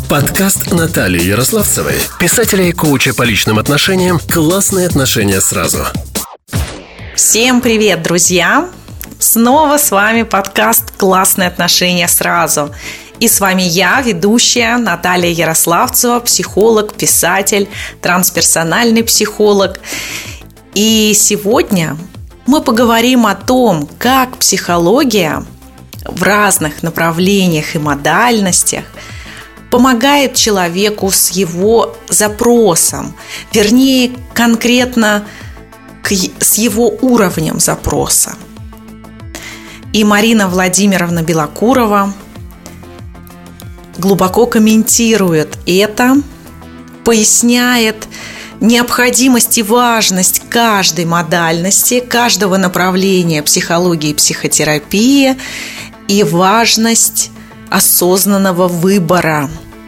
Подкаст Натальи Ярославцевой, писателя и коуча по личным отношениям «Классные отношения сразу». Всем привет, друзья! Снова с вами подкаст «Классные отношения сразу». И с вами я, ведущая Наталья Ярославцева, психолог, писатель, трансперсональный психолог. И сегодня мы поговорим о том, как психология в разных направлениях и модальностях помогает человеку с его запросом, вернее, конкретно с его уровнем запроса. И Марина Владимировна Белокурова глубоко комментирует это, поясняет необходимость и важность каждой модальности, каждого направления психологии и психотерапии и важность осознанного выбора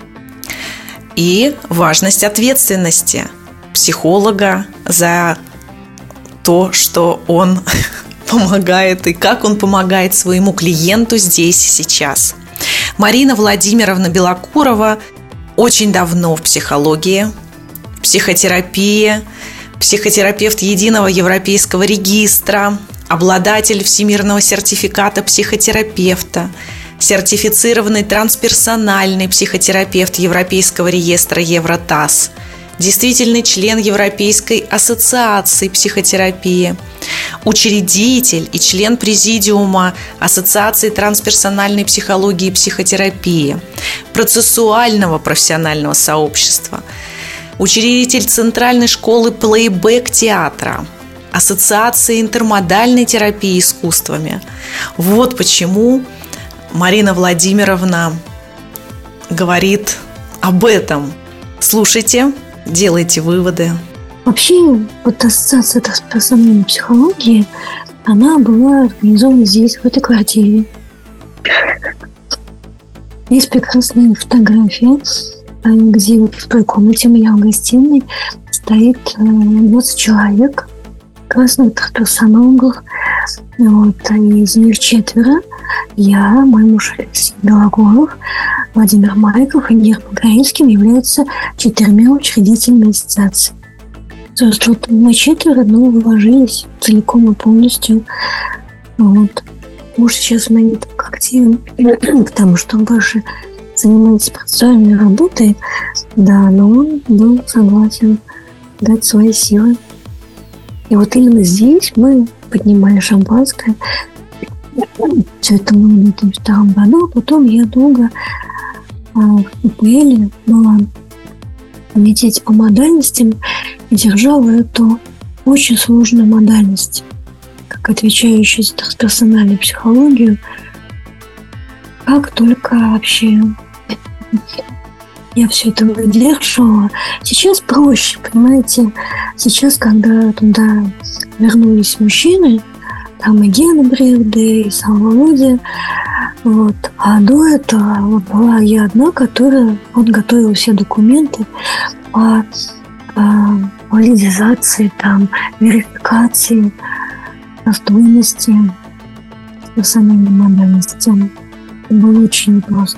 и важность ответственности психолога за то, что он помогает и как он помогает своему клиенту здесь и сейчас. Марина Владимировна Белокурова очень давно в психологии, в психотерапии, психотерапевт Единого европейского регистра, обладатель всемирного сертификата психотерапевта, сертифицированный трансперсональный психотерапевт Европейского реестра Евротаз, действительный член Европейской ассоциации психотерапии, учредитель и член президиума Ассоциации трансперсональной психологии и психотерапии, процессуального профессионального сообщества, учредитель Центральной школы плейбэк-театра, Ассоциации интермодальной терапии искусствами. Вот почему Марина Владимировна говорит об этом. Слушайте, делайте выводы. Вообще, вот ассоциация трансперсональной психологии, она была организована здесь, в этой квартире. Есть прекрасные фотографии, где вот в той комнате у меня в гостиной стоит 20 человек, красных трансперсонологов. Вот, из них 4. Я, мой муж Алексей Белогоров, Владимир Майков и Герман Граинским являются 4 учредителями ассоциации. То есть вот мы 4, но вложились целиком и полностью. Вот. Муж сейчас у меня не так активен, потому что он больше занимается процессуальной работой, да, но он был согласен дать свои силы. И вот именно здесь мы поднимали шампанское. Все это было в 2002 году. Потом я долго в УПЛ была в комитете по модальностям и держала эту очень сложную модальность, как отвечающую за трансперсональную психологию. Как только вообще я все это выдерживала. Сейчас проще, понимаете. Сейчас, когда туда вернулись мужчины, там и Гена Бревде, и сам Володя, вот. А до этого вот была я одна, которая вот готовила все документы по валидизации, там, верификации, достойности, персональной модальности. Это было очень непросто.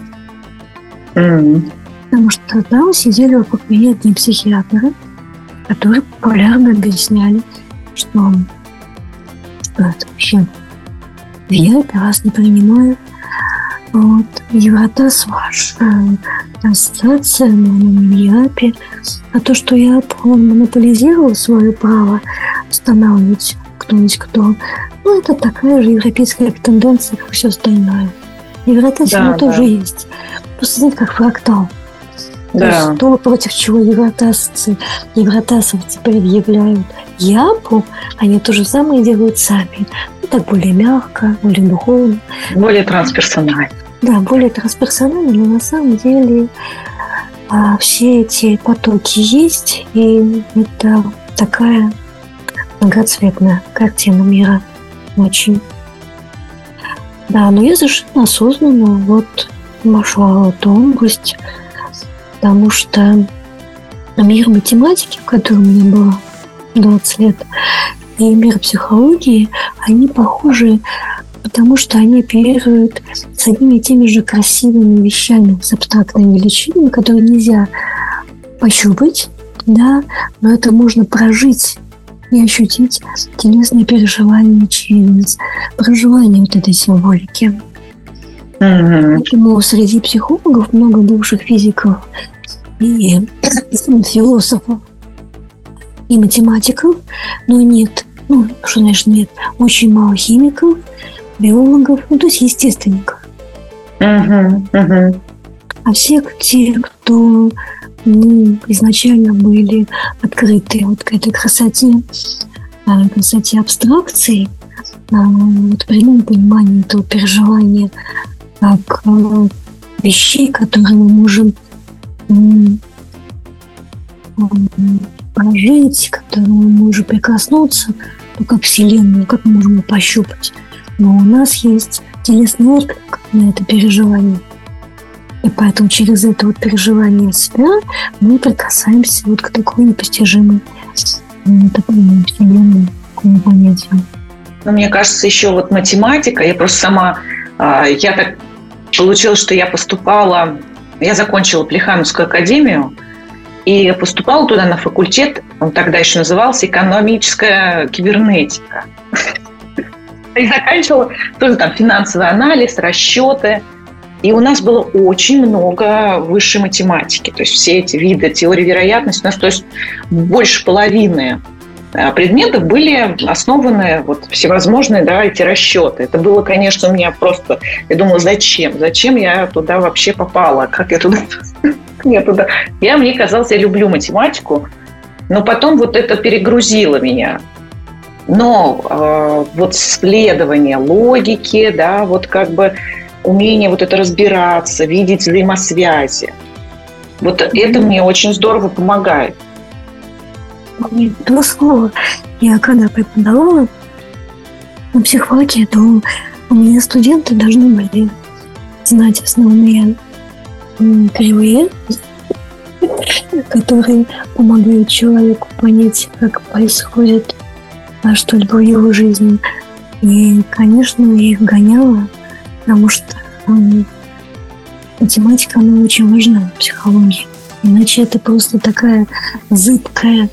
Потому что там сидели вокруг меня одни психиатры, которые популярно объясняли, что это вообще я вас не принимаю. Вот. Евротаз ваш, ассоциация, ЯПи. А то, что я монополизировала свое право устанавливать кто-нибудь кто, ну, это такая же европейская тенденция, как все остальное. Евротаз тоже есть. Просто знаете, как фрактал. Да. То, против чего евротазцы, евротазцев теперь объявляют ЯПу, они то же самое делают сами. Ну, так более мягко, более духовно. Более трансперсонально. Да, более трансперсонально, но на самом деле все эти потоки есть, и это такая многоцветная картина мира. Очень. Да, но я совершенно осознанно вот вошла в эту область, потому что мир математики, в котором у меня было 20 лет, и мир психологии, они похожи потому что они оперируют с одними и теми же красивыми вещами, с абстрактными величинами, которые нельзя пощупать, да, но это можно прожить и ощутить телесные переживания через проживание вот этой символики. Поэтому среди психологов много бывших физиков и философов, и математиков, но нет, что значит нет, очень мало химиков, биологов, то есть естественников. А все те, кто изначально были открыты вот к этой красоте абстракции, вот прямому пониманию этого переживания как вещей, которые мы можем прожить, которые мы можем прикоснуться, как Вселенную, как мы можем ее пощупать. Но у нас есть телесный отклик на это переживание. И поэтому через это вот переживание себя мы прикасаемся вот к такой непостижимой Вселенной, такому понятию. Мне кажется, еще вот математика, я просто сама, я так получилось, что я закончила Плехановскую академию и поступала туда на факультет, он тогда еще назывался «Экономическая кибернетика». И заканчивала тоже там финансовый анализ, расчеты. И у нас было очень много высшей математики. То есть все эти виды теории вероятности, у нас, то есть больше половины предметов были основаны вот всевозможные, да, эти расчеты. Это было, конечно, у меня просто... Я думала, зачем? Зачем я туда вообще попала? Как я туда... Мне казалось, я люблю математику, но потом вот это перегрузило меня. Но вот следование логики, да, вот как бы умение вот это разбираться, видеть взаимосвязи. Вот это мне очень здорово помогает. Два слова. Я когда преподавала на психологии, то у меня студенты должны были знать основные кривые, которые помогают человеку понять, как происходит что-либо в его жизни. И, конечно, я их гоняла, потому что математика, она очень важна в психологии. Иначе это просто такая зыбкая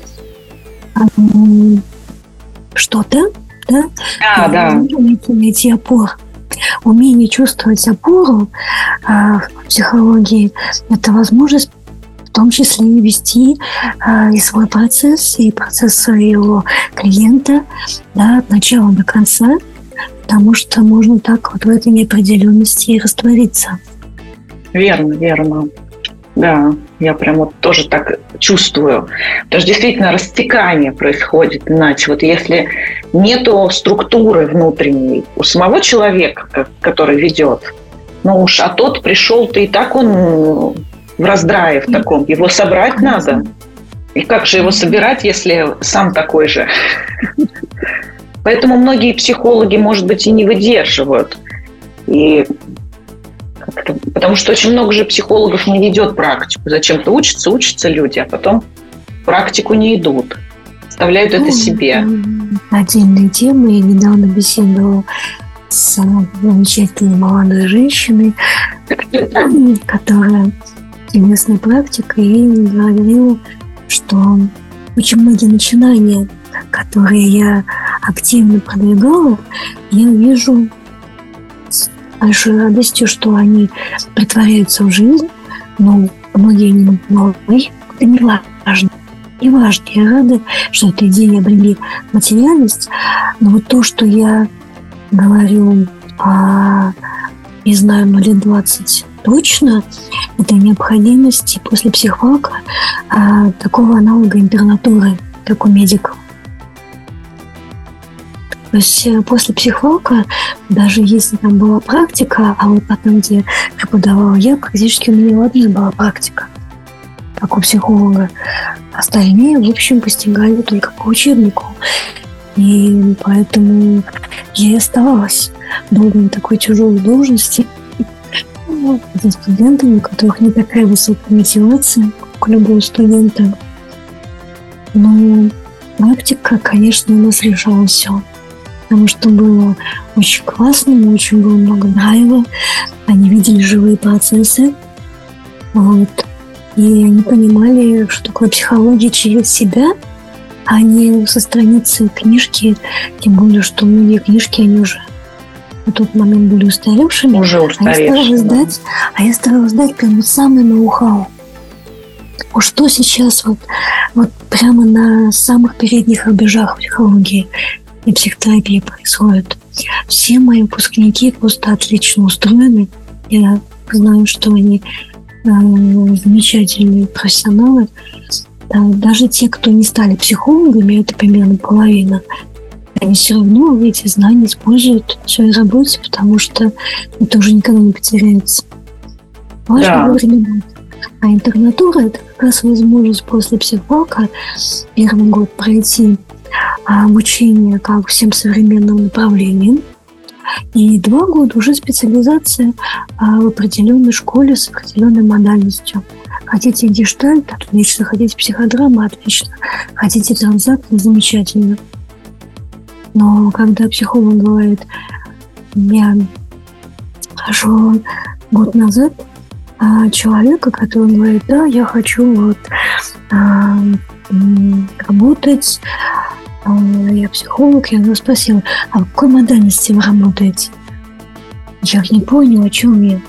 что-то, да? Да. Найти опору. Умение чувствовать опору в психологии – это возможность в том числе и вести и свой процесс, и процесс своего клиента, да, от начала до конца, потому что можно так вот в этой неопределенности и раствориться. Верно. Да, я прям вот тоже так чувствую. Потому что действительно растекание происходит иначе. Вот если нету структуры внутренней у самого человека, который ведет, а тот пришел-то и так он в раздрае в таком. Его собрать надо. И как же его собирать, если сам такой же? Поэтому многие психологи, может быть, и не выдерживают. Потому что очень много же психологов не ведет практику. Зачем-то учатся люди, а потом в практику не идут. Оставляют это себе. Отдельная тема. Я недавно беседовала с замечательной молодой женщиной, которая телесная практика, и говорила, что очень многие начинания, которые я активно продвигала, я вижу с большой радостью, что они притворяются в жизнь, но многие не новые. Это не важно. Не важно. Я рада, что этой идеи обрели материальность, но вот то, что я говорю, не знаю, лет 20 точно, это необходимость после психфака такого аналога интернатуры, как у медиков. То есть после психфака, даже если там была практика, а вот потом, где преподавала я, практически у меня одна была практика, как у психолога. Остальные, в общем, постигали только по учебнику. И поэтому я и оставалась долго на такой тяжелой должности со студентами, у которых не такая высокая мотивация, как у любого студента. Но практика, конечно, у нас решала все. потому что было очень классно, мне очень было много нравилось. Они видели живые процессы. Вот. И они понимали, что такое психология через себя, а не со страницы книжки. Тем более, что многие книжки, они уже на тот момент были устаревшими. Уже устаревшими. Я старалась дать прям вот самое ноу-хау. Вот что сейчас вот прямо на самых передних рубежах психологии и психотерапии происходит. Все мои выпускники просто отлично устроены. Я знаю, что они замечательные профессионалы. Даже те, кто не стали психологами, это примерно половина, они все равно эти знания используют в своей работе, потому что это уже никогда не потеряется. Важно вовремя. А интернатура – это как раз возможность после психфака первый год пройти обучение как всем современным направлениям, и 2 года уже специализация в определенной школе с определенной модальностью. Хотите гештальт – отлично, хотите психодрама – отлично, хотите трансакт – замечательно. Но когда психолог говорит: я хожу год назад, человека, который говорит: да, я хочу работать, я психолог, я его спросила: а в какой модальности вы работаете? Я не понял, о чем я.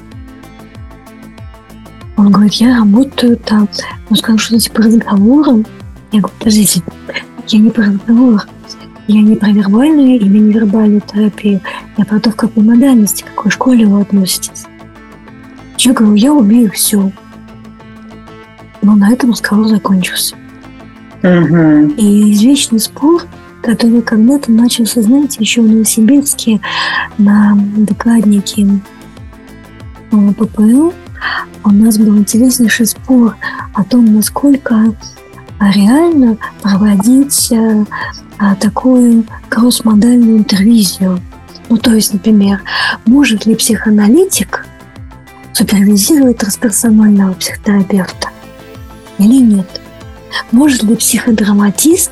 Он говорит: я работаю там. Он сказал, что типа разговором. Я говорю: подождите, я не про разговор. Я не про вербальную или невербальную терапию. Я про то, в какой модальности, к какой школе вы относитесь. Я говорю: я умею все. Но на этом разговор закончился. И извечный спор, который когда-то начался, знаете, еще в Новосибирске на докладнике ППЛ, у нас был интереснейший спор о том, насколько реально проводить такую кросс-модальную интервизию. Ну, то есть, например, может ли психоаналитик супервизировать трансперсонального психотерапевта или нет? Может ли психодраматист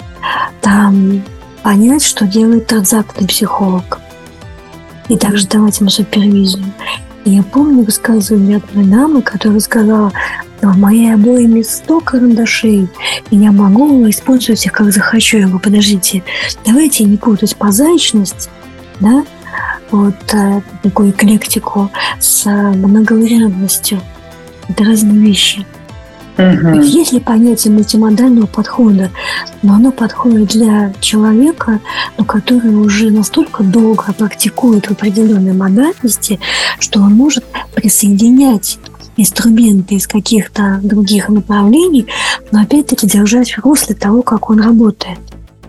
там понять, что делает транзактный психолог, и также давать ему супервизию? И я помню, рассказывали одной дамы, которая сказала: в моей обоими 100 карандашей, и я могу использовать их как захочу. Я говорю: подождите, давайте не путать мозаичность, да, вот такую эклектику с многовариантностью. Это разные вещи. Есть ли понятие мультимодального подхода, но оно подходит для человека, который уже настолько долго практикует в определенной модальности, что он может присоединять инструменты из каких-то других направлений, но опять-таки держать в русле того, как он работает.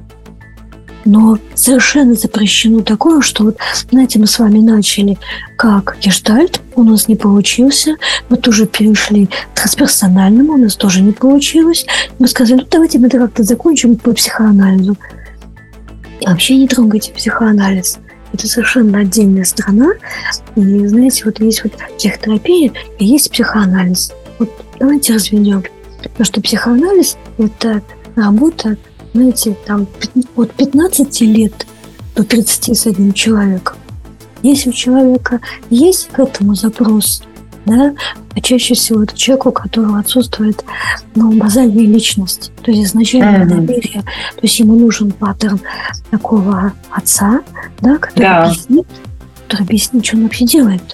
Но совершенно запрещено такое, что вот, знаете, мы с вами начали как гештальт, у нас не получился, мы тоже перешли к трансперсональному, у нас тоже не получилось. Мы сказали: давайте мы это как-то закончим по психоанализу. И вообще не трогайте психоанализ. Это совершенно отдельная страна. И, знаете, вот есть вот психотерапия и есть психоанализ. Вот давайте разведем. Потому что психоанализ – это работа, знаете, там от 15 лет до 30 с одним человеком. Если у человека есть к этому запрос, да, а чаще всего это человек, у которого отсутствует базальная личность, то есть изначально доверие, то есть ему нужен паттерн такого отца, да, который объяснит, что он вообще делает,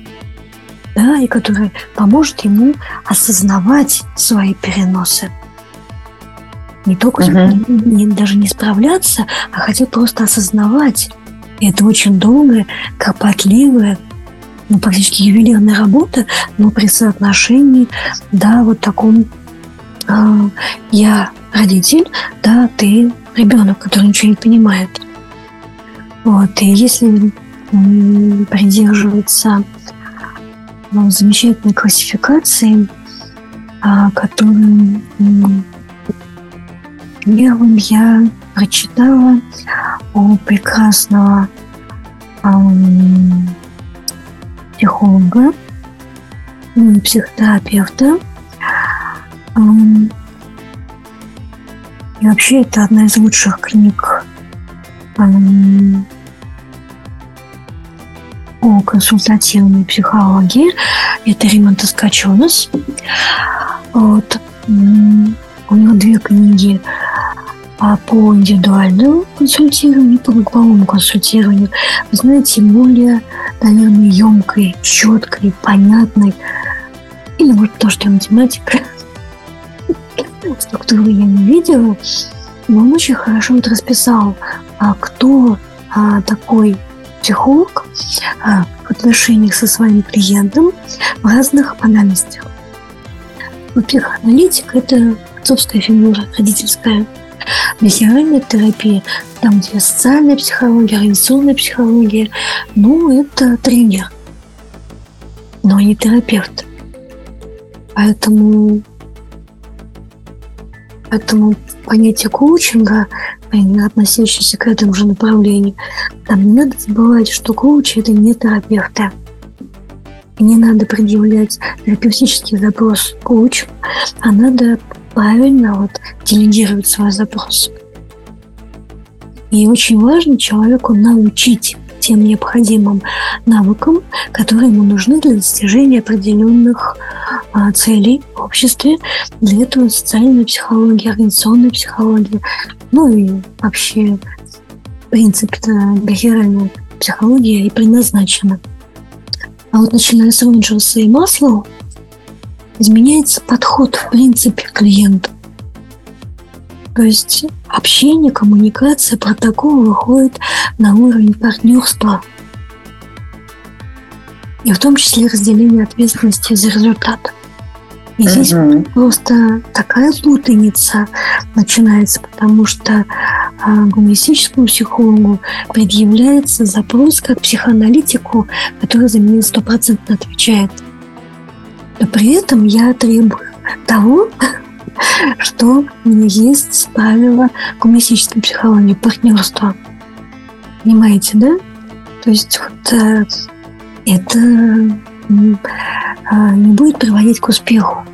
да, и который поможет ему осознавать свои переносы. Не только даже не справляться, а хотя просто осознавать. И это очень долгая, кропотливая, практически ювелирная работа, но при соотношении, да, вот таком я родитель, да, ты ребенок, который ничего не понимает. Вот, и если придерживаться замечательной классификации, которую первым я прочитала у прекрасного психолога и психотерапевта. И вообще это одна из лучших книг по консультативной психологии. Это Римонтас Качонас. Вот. У него 2 книги по индивидуальному консультированию, по групповому консультированию. Вы знаете, более, наверное, емкой, четкой, понятной, или может то, что математика, структуру я не видела, но он очень хорошо вот расписал, кто такой психолог в отношениях со своим клиентом в разных анализах. Во-первых, аналитик – это отцовская фигура, родительская. Бихевиоральная терапия, там, где социальная психология, организационная психология, это тренер, но не терапевт. Поэтому понятие коучинга, относящееся к этому же направлению, там не надо забывать, что коучи – это не терапевты. И не надо предъявлять терапевтический запрос коучу, а надо правильно делегировать свой запрос. И очень важно человеку научить тем необходимым навыкам, которые ему нужны для достижения определенных целей в обществе. Для этого социальная психология, организационная психология, и вообще, в принципе, бихевиоральная психология и предназначена. А начиная с Роджерса и Маслоу, изменяется подход, в принципе, к клиенту. То есть общение, коммуникация, протокол выходит на уровень партнерства. И в том числе разделение ответственности за результат. И здесь просто такая путаница начинается, потому что гуманистическому психологу предъявляется запрос как психоаналитику, который за меня 100% отвечает. Но при этом я требую того, что у меня есть правило гуманистической психологии, партнерства. Понимаете, да? То есть это не будет приводить к успеху.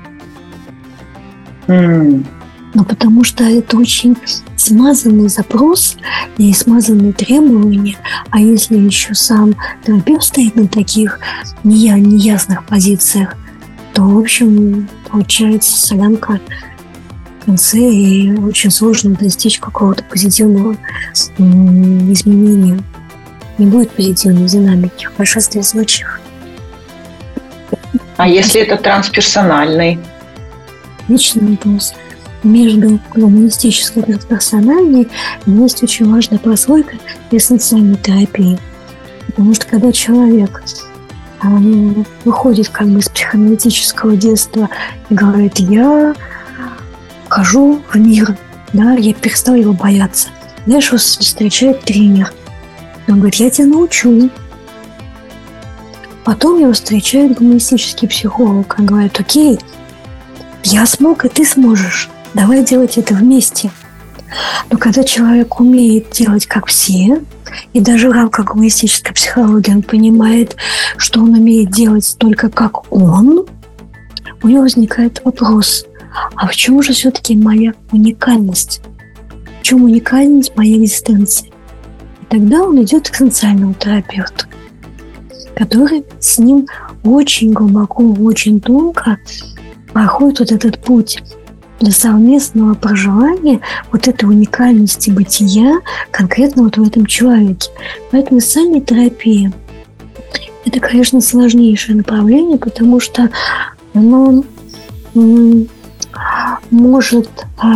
Но потому что это очень смазанный запрос и смазанные требования. А если еще сам терапевт стоит на таких неясных позициях, то, в общем, получается солянка в конце, и очень сложно достичь какого-то позитивного изменения. Не будет позитивной динамики в большинстве случаев. А если это трансперсональный? Личный вопрос. Между гуманистической и трансперсональной есть очень важная прослойка эссенциальной терапии. Потому что когда человек выходит из психоаналитического детства и говорит: я хожу в мир, я перестал его бояться. Дальше вас встречает тренер. Он говорит: я тебя научу. Потом его встречает гуманистический психолог. Он говорит: окей, я смог, и ты сможешь. Давай делать это вместе. Но когда человек умеет делать как все, и даже в рамках гуманистической психологии он понимает, что он умеет делать только как он, у него возникает вопрос: а в чем же все-таки моя уникальность? В чем уникальность моей экзистенции? И тогда он идет к эссенциальному терапевту, который с ним очень глубоко, очень тонко проходит этот путь для совместного проживания этой уникальности бытия конкретно в этом человеке. Поэтому социальная терапия – это, конечно, сложнейшее направление, потому что оно может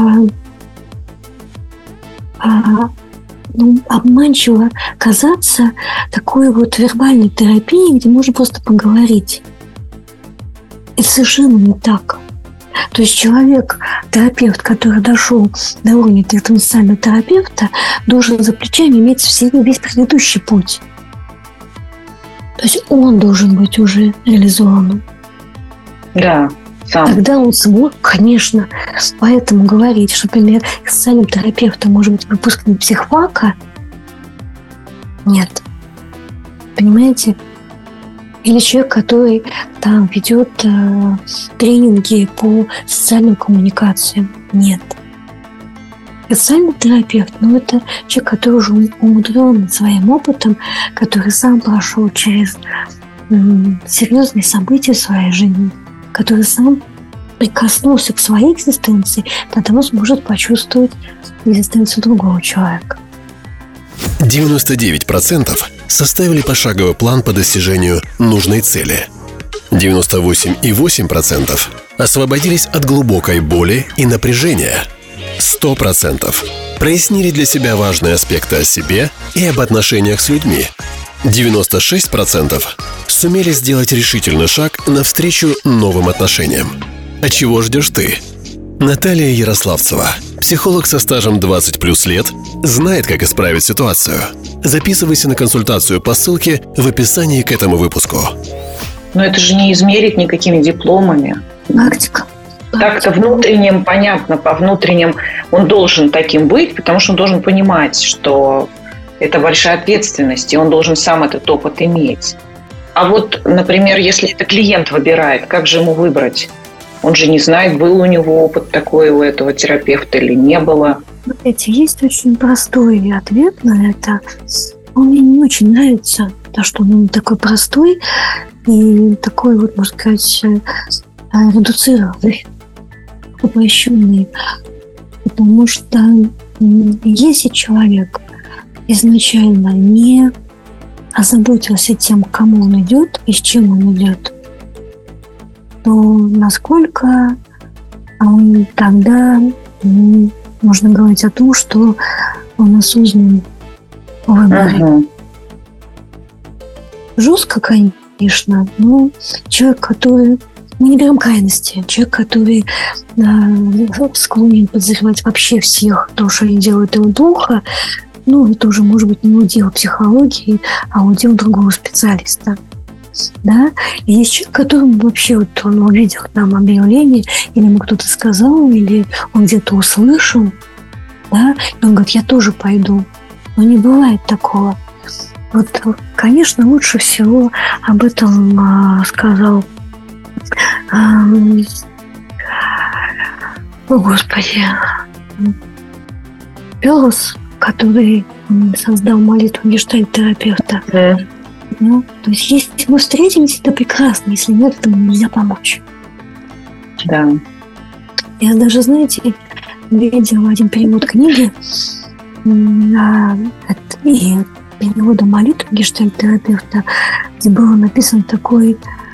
обманчиво казаться такой вербальной терапией, где можно просто поговорить. Это совершенно не так. То есть человек, терапевт, который дошел до уровня трансперсонального терапевта, должен за плечами иметь весь предыдущий путь. То есть он должен быть уже реализованным. Да, сам. Тогда он смог, конечно. Поэтому говорить, что, например, социальным терапевтом может быть выпускник психфака, нет. Понимаете? Или человек, который ведет тренинги по социальным коммуникациям. Нет. Социальный терапевт, это человек, который уже умудрен своим опытом, который сам прошел через серьезные события в своей жизни, который сам прикоснулся к своей экзистенции, тогда он сможет почувствовать экзистенцию другого человека. 99% составили пошаговый план по достижению нужной цели. 98,8% освободились от глубокой боли и напряжения. 100% прояснили для себя важные аспекты о себе и об отношениях с людьми. 96% сумели сделать решительный шаг навстречу новым отношениям. А чего ждешь ты? Наталья Ярославцева, психолог со стажем 20+ лет, знает, как исправить ситуацию. Записывайся на консультацию по ссылке в описании к этому выпуску. Но это же не измерить никакими дипломами. Практика. Так-то внутренним, понятно, по внутренним он должен таким быть, потому что он должен понимать, что это большая ответственность, и он должен сам этот опыт иметь. А вот, например, если это клиент выбирает, как же ему выбрать? Он же не знает, был у него опыт такой у этого терапевта или не было. Смотрите, есть очень простой ответ на это. Он мне не очень нравится, потому что он такой простой и такой, можно сказать, редуцированный, упрощенный. Потому что если человек изначально не озаботился тем, к кому он идет и с чем он идет, то насколько тогда можно говорить о том, что он осознан в выборе. Жестко, конечно, но человек, который... Мы не берем крайности. Человек, который склонен подозревать вообще всех, то, что они делают ему плохо, это уже может быть не удел психологии, а удел другого специалиста. Да? И есть человек, которому вообще он увидел там объявление, или ему кто-то сказал, или он где-то услышал, да? И он говорит, я тоже пойду. Но не бывает такого. Конечно, лучше всего об этом сказал Пелос, который создал молитву гештальт-терапевта. То есть, если мы встретились, это прекрасно. Если нет, этому нельзя помочь. Да. Я даже, знаете, видела один перевод книги и перевода молитвы гештальт-терапевта, где было написано такой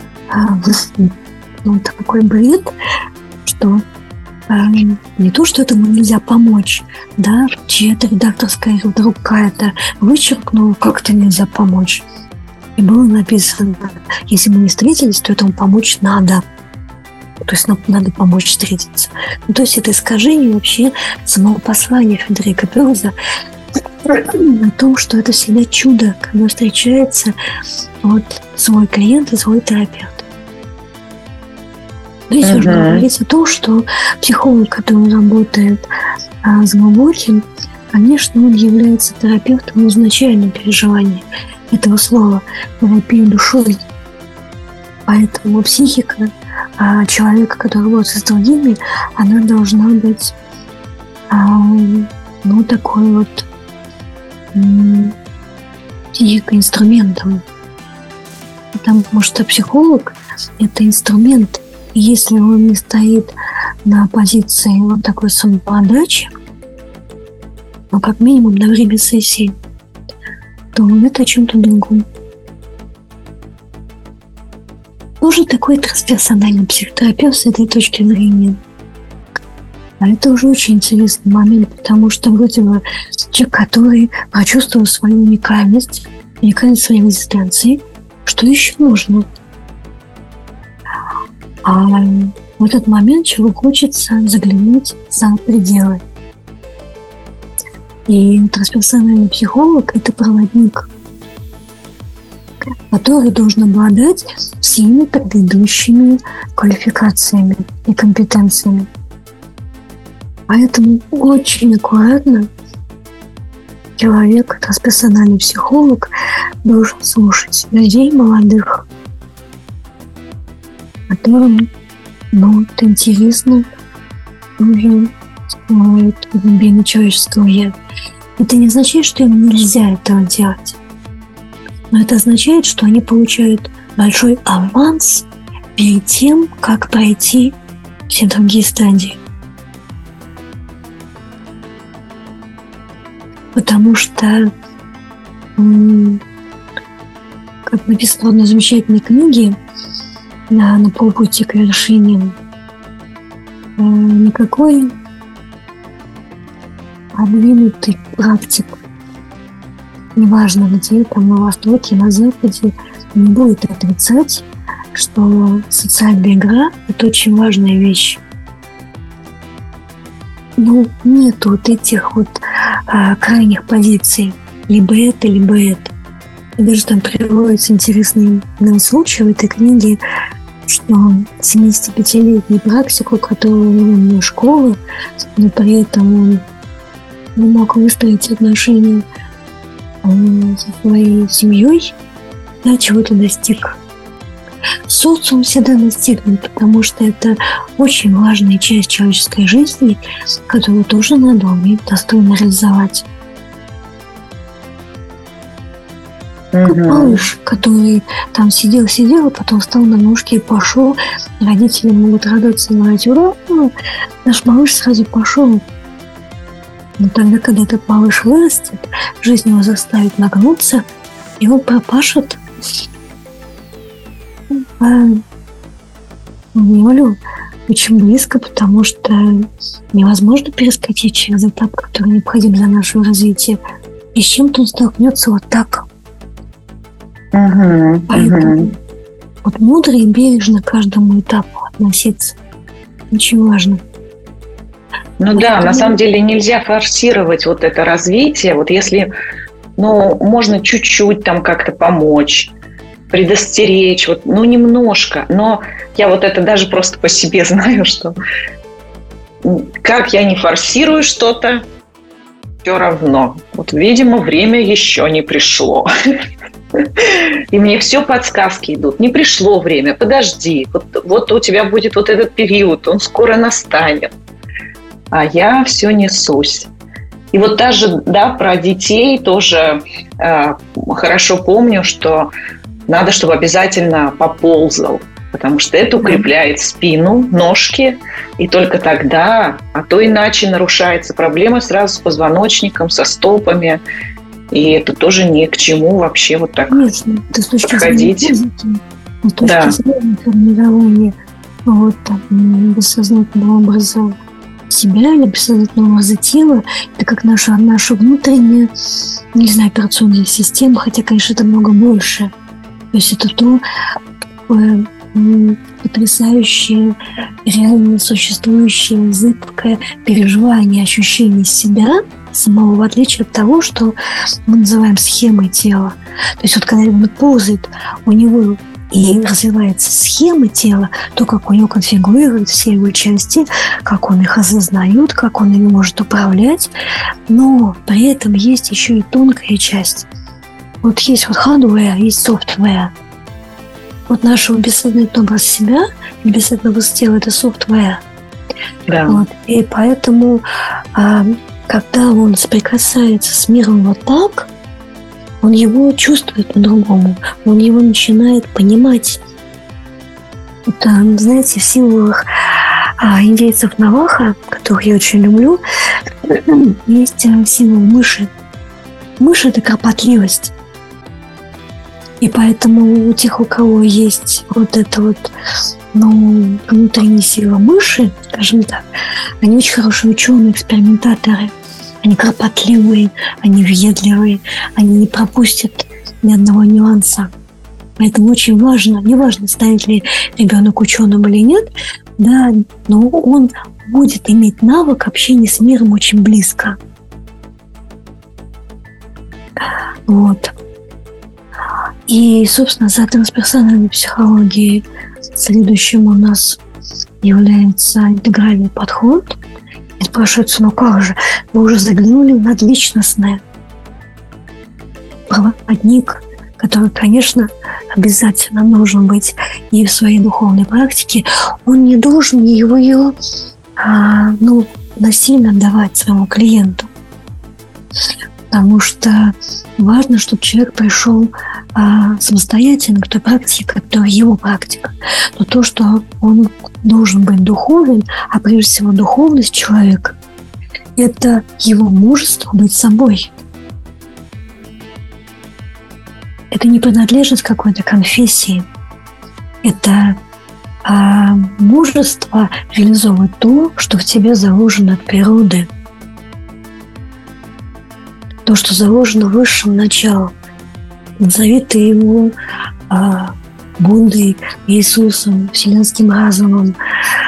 бред, что не то, что этому нельзя помочь, да, чья-то редакторская вдруг какая-то вычеркнула, как-то нельзя помочь. И было написано, если мы не встретились, то этому помочь надо. То есть нам надо помочь встретиться. То есть это искажение вообще самого послания Фредерика Перлза о том, что это всегда чудо, когда встречается свой клиент и свой терапевт. Здесь нужно говорить о том, что психолог, который работает с глубоким, конечно, он является терапевтом в изначальном переживании этого слова, терапия душой. Поэтому психика человека, который работает с другими, она должна быть такой психикой-инструментом. Потому что психолог – это инструмент. И если он не стоит на позиции такой самоотдачи, как минимум на время сессии, то это о чем-то другом. Тоже такой трансперсональный психотерапевт с этой точки зрения. А это уже очень интересный момент, потому что вроде бы человек, который почувствовал свою уникальность своей экзистенции, что еще нужно? А в этот момент человеку хочется заглянуть за пределы. И трансперсональный психолог – это проводник, который должен обладать всеми предыдущими квалификациями и компетенциями. Поэтому очень аккуратно человек, трансперсональный психолог, должен слушать людей молодых, которым это интересно уже глубины человеческого «я». Это не означает, что им нельзя этого делать. Но это означает, что они получают большой аванс перед тем, как пройти все другие стадии. Потому что, как написано в одной замечательной книге на полпути к вершине, никакой продвинутый практик, неважно где, там на Востоке, на Западе, не будет отрицать, что социальная игра – это очень важная вещь. Ну, нет вот этих вот крайних позиций. Либо это, либо это. И даже там приводится интересный случай в этой книге, что 75-летний практик, у которого не школа, но при этом он не мог выстроить отношения со своей семьей, да, чего-то достиг. Социум всегда достигнет, потому что это очень важная часть человеческой жизни, которую тоже надо уметь достойно реализовать. Как малыш, который там сидел, а потом встал на ножки и пошел. Родители могут радоваться и говорить: ура, наш малыш сразу пошел. Но тогда, когда этот малыш вырастет, жизнь его заставит нагнуться, и он пропашет волю очень близко, потому что невозможно перескочить через этап, который необходим для нашего развития. И с чем-то он столкнется вот так. Поэтому вот мудро и бережно к каждому этапу относиться очень важно. Ну да, на самом деле нельзя форсировать вот это развитие. Вот если, можно чуть-чуть там как-то помочь, предостеречь, немножко. Но я вот это даже просто по себе знаю, что как я не форсирую что-то, все равно. Вот, видимо, время еще не пришло. И мне все подсказки идут. Не пришло время, подожди. Вот у тебя будет вот этот период, он скоро настанет. А я все несусь. И вот даже, про детей тоже хорошо помню, что надо, чтобы обязательно поползал, потому что это укрепляет спину, ножки, и только тогда, а то иначе нарушается проблема сразу с позвоночником, со стопами, и это тоже ни к чему вообще вот так подходить. С точки зрения формирования бессознательного образа себя или бессознательного образа тела, это как наша внутренняя, операционная система, хотя, конечно, это много больше. То есть это то потрясающее, реально существующее, зыбкое переживание, ощущение себя самого, в отличие от того, что мы называем схемой тела. То есть вот когда ребенок ползает, у него и развивается схема тела, то, как у него конфигурируют все его части, как он их осознает, как он ими может управлять, но при этом есть еще и тонкая часть. Вот есть hardware, есть software. Вот нашего бессознательного образа себя и бессознательного образа тела – это software. Да. И поэтому, когда он соприкасается с миром вот так, он его чувствует по-другому, он его начинает понимать. Это, знаете, в символах индейцев Навахо, которых я очень люблю, есть символ мыши. Мышь – это кропотливость. И поэтому у тех, у кого есть вот эта внутренняя сила мыши, скажем так, они очень хорошие ученые, экспериментаторы. Они кропотливые, они въедливые, они не пропустят ни одного нюанса. Поэтому очень важно, неважно, станет ли ребенок ученым или нет, да, но он будет иметь навык общения с миром очень близко. Вот. И, собственно, за трансперсональной психологией следующим у нас является интегральный подход. И спрашивается, как же, вы уже заглянули в надличностное. Проводник, который, конечно, обязательно должен быть и в своей духовной практике, он не должен ее насильно давать своему клиенту. Потому что важно, чтобы человек пришел самостоятельно к той практике, которая его практика. Но то, что он должен быть духовен, а прежде всего духовность человека, это его мужество быть собой. Это не принадлежность какой-то конфессии. Это мужество реализовывать то, что в тебе заложено от природы. То, что заложено высшим началом. Назови ты его Буддой, Иисусом, вселенским разумом,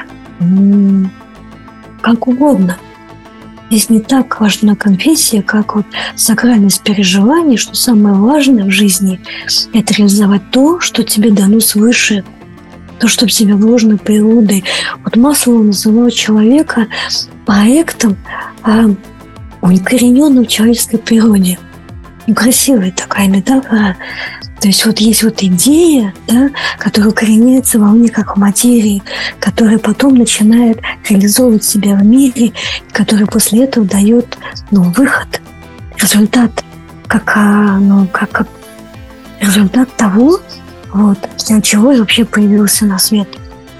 как угодно. Здесь не так важна конфессия, как вот сакральность переживаний, что самое важное в жизни – это реализовать то, что тебе дано свыше, то, что в тебе вложено природой. Вот Маслоу называл человека проектом, укорененным в человеческой природе. Красивая такая метафора. То есть вот есть вот идея, да, которая укореняется во мне как в материи, которая потом начинает реализовывать себя в мире, которая после этого дает выход, результат, как результат того, для чего я вообще появился на свет.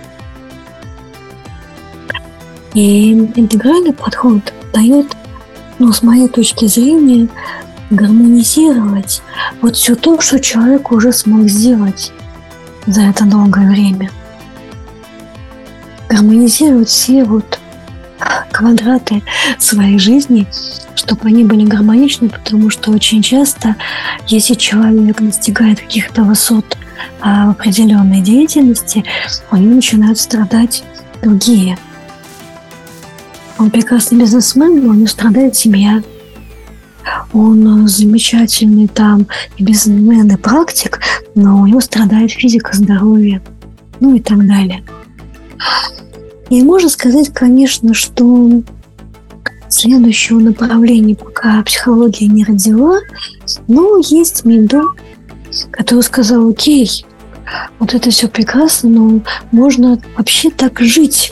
И интегральный подход дает, с моей точки зрения, гармонизировать все то, что человек уже смог сделать за это долгое время. Гармонизировать все квадраты своей жизни, чтобы они были гармоничны, потому что очень часто, если человек достигает каких-то высот в определенной деятельности, у него начинают страдать другие. Он прекрасный бизнесмен, но у него страдает семья. Он замечательный и бизнесмен, и практик, но у него страдает физика, здоровье, и так далее. И можно сказать, конечно, что следующего направления пока психология не родила, но есть Минду, который сказал: окей, вот это все прекрасно, но можно вообще так жить,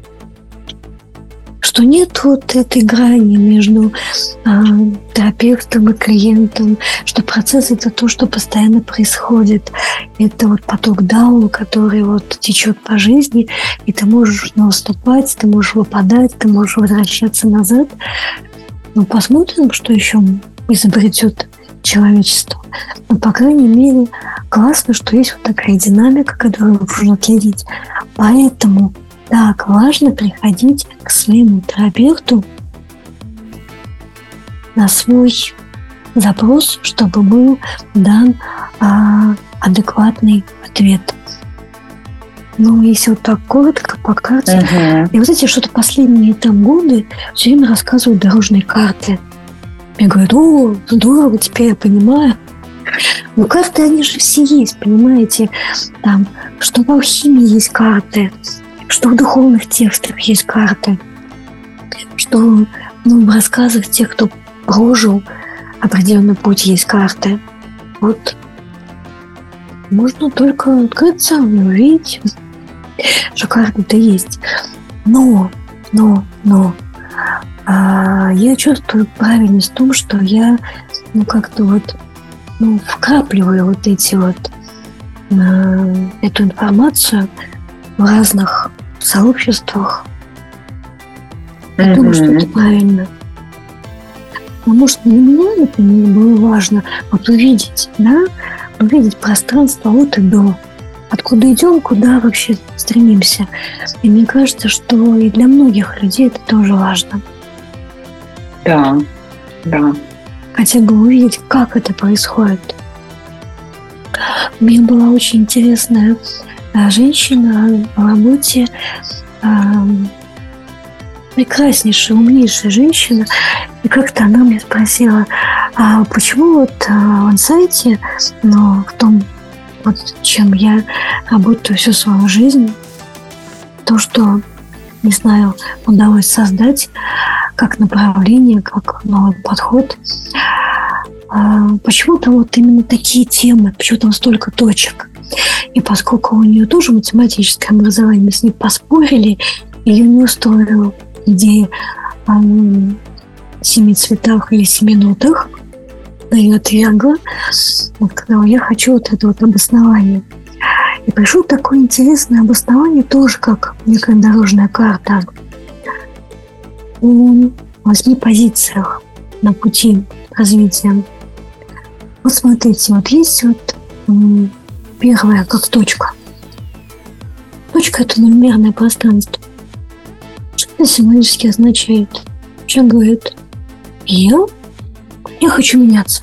что нет этой грани между терапевтом и клиентом, что процесс – это то, что постоянно происходит. Это поток дао, который течет по жизни, и ты можешь наступать, ты можешь выпадать, ты можешь возвращаться назад. Посмотрим, что еще изобретет человечество. Но, по крайней мере, классно, что есть такая динамика, которую нужно следить. Поэтому так важно приходить к своему терапевту на свой запрос, чтобы был дан адекватный ответ. Если так коротко по карте. И вы знаете, что-то последние годы все время рассказывают дорожные карты. Мне говорят: здорово, теперь я понимаю. Но карты, они же все есть, понимаете? Что в алхимии есть карты, что в духовных текстах есть карты, что в рассказах тех, кто прожил определенный путь, есть карты. Можно только открыться и увидеть, что карты-то есть. Но я чувствую правильность в том, что я вкрапливаю эту информацию в разных сообществах. Я думаю, что это правильно. Потому что для меня, например, было важно увидеть пространство от и до. Откуда идем, куда вообще стремимся. И мне кажется, что и для многих людей это тоже важно. Да. Хотя бы увидеть, как это происходит. У меня была очень интересная женщина в работе, прекраснейшая, умнейшая женщина. И как-то она мне спросила: почему в инсайте, в том, чем я работаю всю свою жизнь, то, что, не знаю, удалось создать как направление, как новый подход, почему там именно такие темы, почему там столько точек. И поскольку у нее тоже математическое образование, мы с ней поспорили, ее не устроила идея 7 цветах или 7 нотах дает Янга, когда я хочу вот это вот обоснование. И пришло такое интересное обоснование, тоже как некая дорожная карта о 8 позициях на пути развития. Вот смотрите, вот есть вот первая как точка. Точка – это нульмерное пространство. Что это символически означает? Человек говорит: я хочу меняться.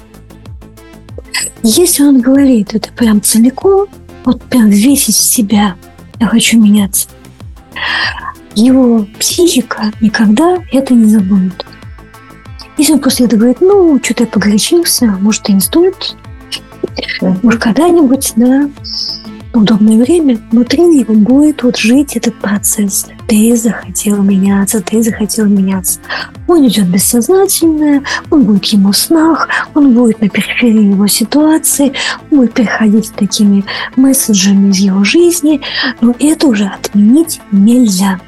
Если он говорит это прям целиком, вот прям весь из себя, я хочу меняться, его психика никогда это не забудет. Если он после этого говорит: ну, что-то я погорячился, может, и не стоит, может, когда-нибудь, да, удобное время, внутри него будет вот жить этот процесс. Ты захотел меняться, ты захотел меняться. Он идет бессознательное, он будет ему в снах, он будет на периферии его ситуации, он будет приходить такими месседжами из его жизни, но это уже отменить нельзя.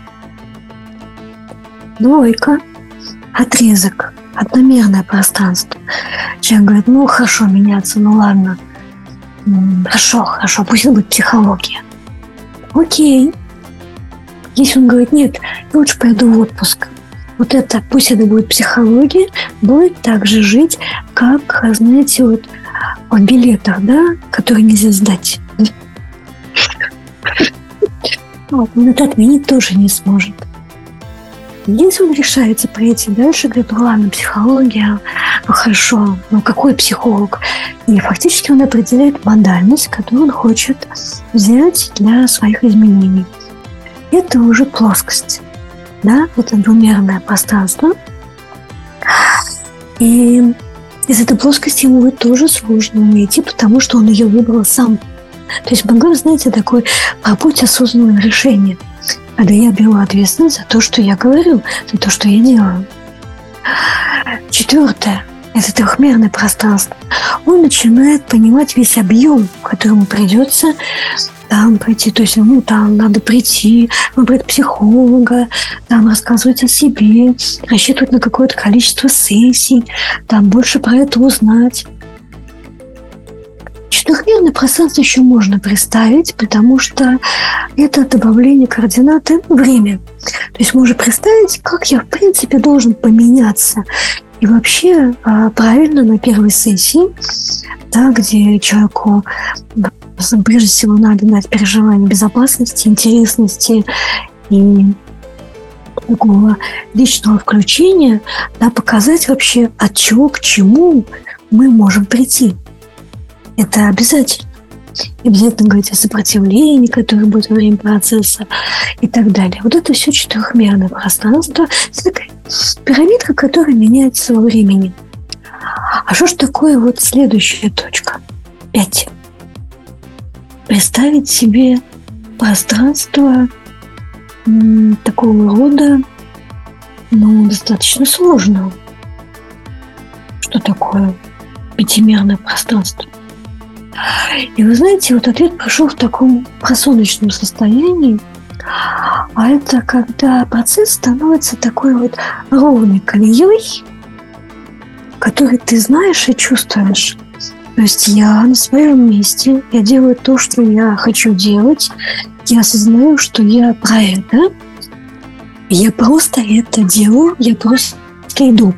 Двойка, отрезок, одномерное пространство. Человек говорит: ну, хорошо меняться, ну ладно. Хорошо, пусть это будет психология. Окей. Если он говорит: нет, я лучше пойду в отпуск. Вот это, пусть это будет психология, будет так же жить, как, знаете, вот в билетах, да, которые нельзя сдать. Вот, он это отменить тоже не сможет. Если он решается пройти дальше, говорит: ну ладно, психология, ну хорошо, ну какой психолог? И фактически он определяет модальность, которую он хочет взять для своих изменений. Это уже плоскость, да, это двумерное пространство. И из этой плоскости ему будет тоже сложно уйти, потому что он ее выбрал сам. То есть Бхагаван, знаете, такой путь осознанного решения, когда я беру ответственность за то, что я говорю, за то, что я делаю. 4. Это трехмерное пространство. Он начинает понимать весь объем, который ему придется там пройти. То есть ему там надо прийти, выбрать психолога, там рассказывать о себе, рассчитывать на какое-то количество сессий, там больше про это узнать. Четырехмерное пространство еще можно представить, потому что это добавление координаты время. То есть можно представить, как я в принципе должен поменяться. И вообще правильно на первой сессии, да, где человеку прежде всего надо дать переживание безопасности, интересности и такого личного включения, да, показать вообще, от чего к чему мы можем прийти. Это обязательно. И обязательно говорить о сопротивлении, которое будет во время процесса и так далее. Вот это все четырехмерное пространство. Это такая пирамидка, которая меняется во времени. А что ж такое вот следующая точка? 5. Представить себе пространство такого рода, но достаточно сложного. Что такое пятимерное пространство? И вы знаете, вот ответ пришел в таком просоночном состоянии, а это когда процесс становится такой вот ровной колеей, который ты знаешь и чувствуешь. То есть я на своем месте, я делаю то, что я хочу делать, я осознаю, что я про это, я просто это делаю, я просто иду.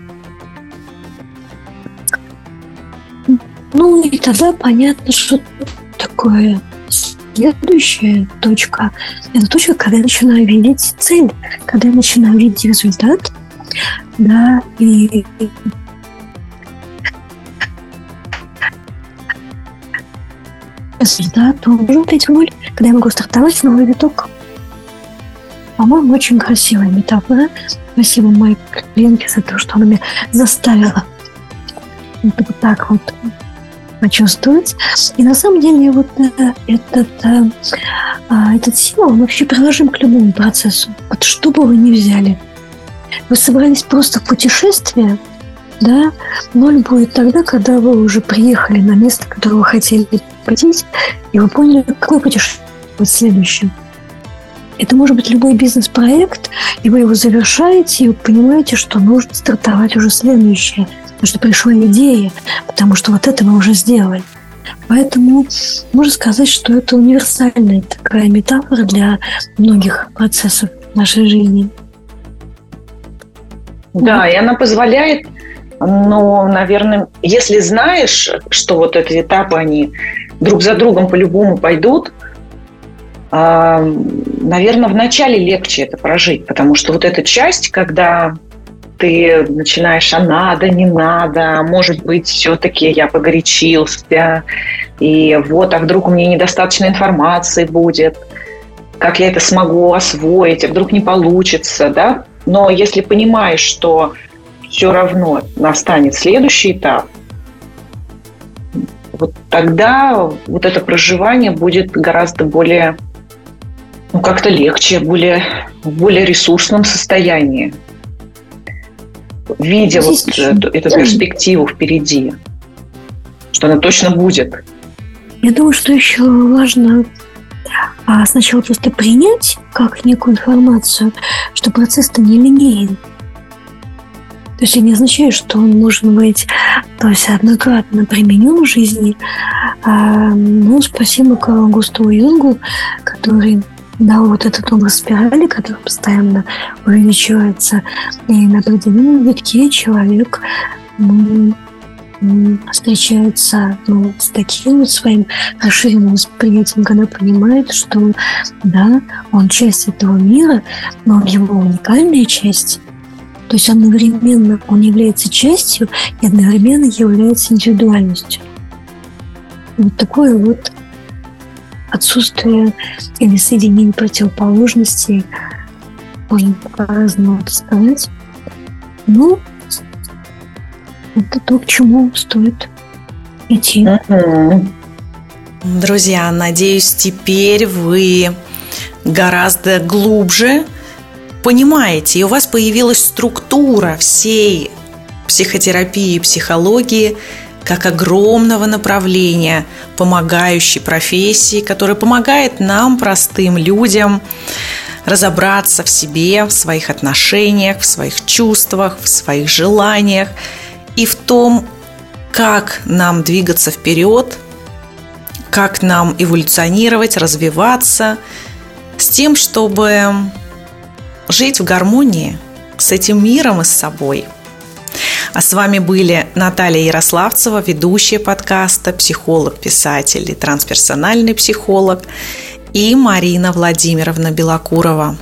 Ну и тогда понятно, что такое следующая точка. Это точка, когда я начинаю видеть цель, когда я начинаю видеть результат, да, и результат, он может быть роль, когда я могу стартовать новый виток. По-моему, очень красивая метафора. Спасибо моей клиентке за то, что она меня заставила вот так вот почувствовать. И на самом деле вот этот символ он вообще приложим к любому процессу. Вот что бы вы ни взяли. Вы собрались просто в путешествие, да, 0 будет тогда, когда вы уже приехали на место, которое вы хотели посетить, и вы поняли, какое путешествие будет следующее. Это может быть любой бизнес-проект, и вы его завершаете, и вы понимаете, что нужно стартовать уже следующее, потому что пришла идея, потому что вот это мы уже сделали. Поэтому можно сказать, что это универсальная такая метафора для многих процессов нашей жизни. Да, и она позволяет, наверное, если знаешь, что вот эти этапы, они друг за другом по-любому пойдут, наверное, вначале легче это прожить, потому что вот эта часть, когда ты начинаешь, а надо, не надо, может быть, все-таки я погорячился, и вот, а вдруг у меня недостаточно информации будет, как я это смогу освоить, а вдруг не получится, да? Но если понимаешь, что все равно настанет следующий этап, вот тогда вот это проживание будет гораздо более, как-то легче, в более ресурсном состоянии, видя вот эту перспективу впереди, что она точно будет. Я думаю, что еще важно сначала просто принять как некую информацию, что процесс-то не линейный. То есть это не означает, что он может быть, то есть однократно применен в жизни. Спасибо Карлу Густаву Юнгу, который дал вот этот образ спирали, который постоянно увеличивается, и на определенном витке человек встречается с таким вот своим расширенным восприятием, когда понимает, что да, он часть этого мира, но его уникальная часть. То есть одновременно он является частью и одновременно является индивидуальностью. Вот такое вот отсутствие или соединение противоположностей можно по-разному представлять. Это то, к чему стоит идти. Друзья, надеюсь, теперь вы гораздо глубже понимаете, и у вас появилась структура всей психотерапии и психологии как огромного направления, помогающей профессии, которая помогает нам, простым людям, разобраться в себе, в своих отношениях, в своих чувствах, в своих желаниях и в том, как нам двигаться вперед, как нам эволюционировать, развиваться, с тем, чтобы жить в гармонии с этим миром и с собой. А с вами были Наталья Ярославцева, ведущая подкаста, психолог, писатель и трансперсональный психолог, и Марина Владимировна Белокурова,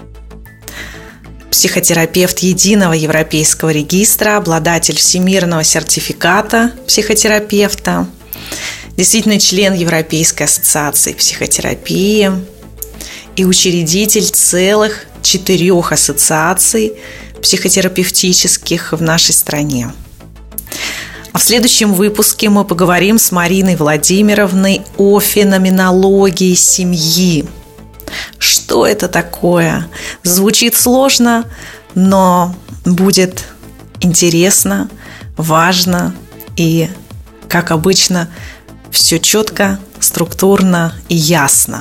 психотерапевт Единого европейского регистра, обладатель всемирного сертификата психотерапевта, действительно член Европейской ассоциации психотерапии и учредитель целых 4 ассоциаций психотерапевтических в нашей стране. А в следующем выпуске мы поговорим с Мариной Владимировной о феноменологии семьи. Что это такое? Звучит сложно, но будет интересно, важно и, как обычно, все четко, структурно и ясно.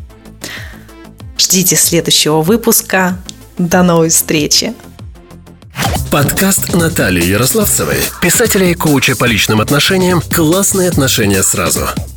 Ждите следующего выпуска. До новой встречи. Подкаст Натальи Ярославцевой, писателя и коуча по личным отношениям «Классные отношения сразу».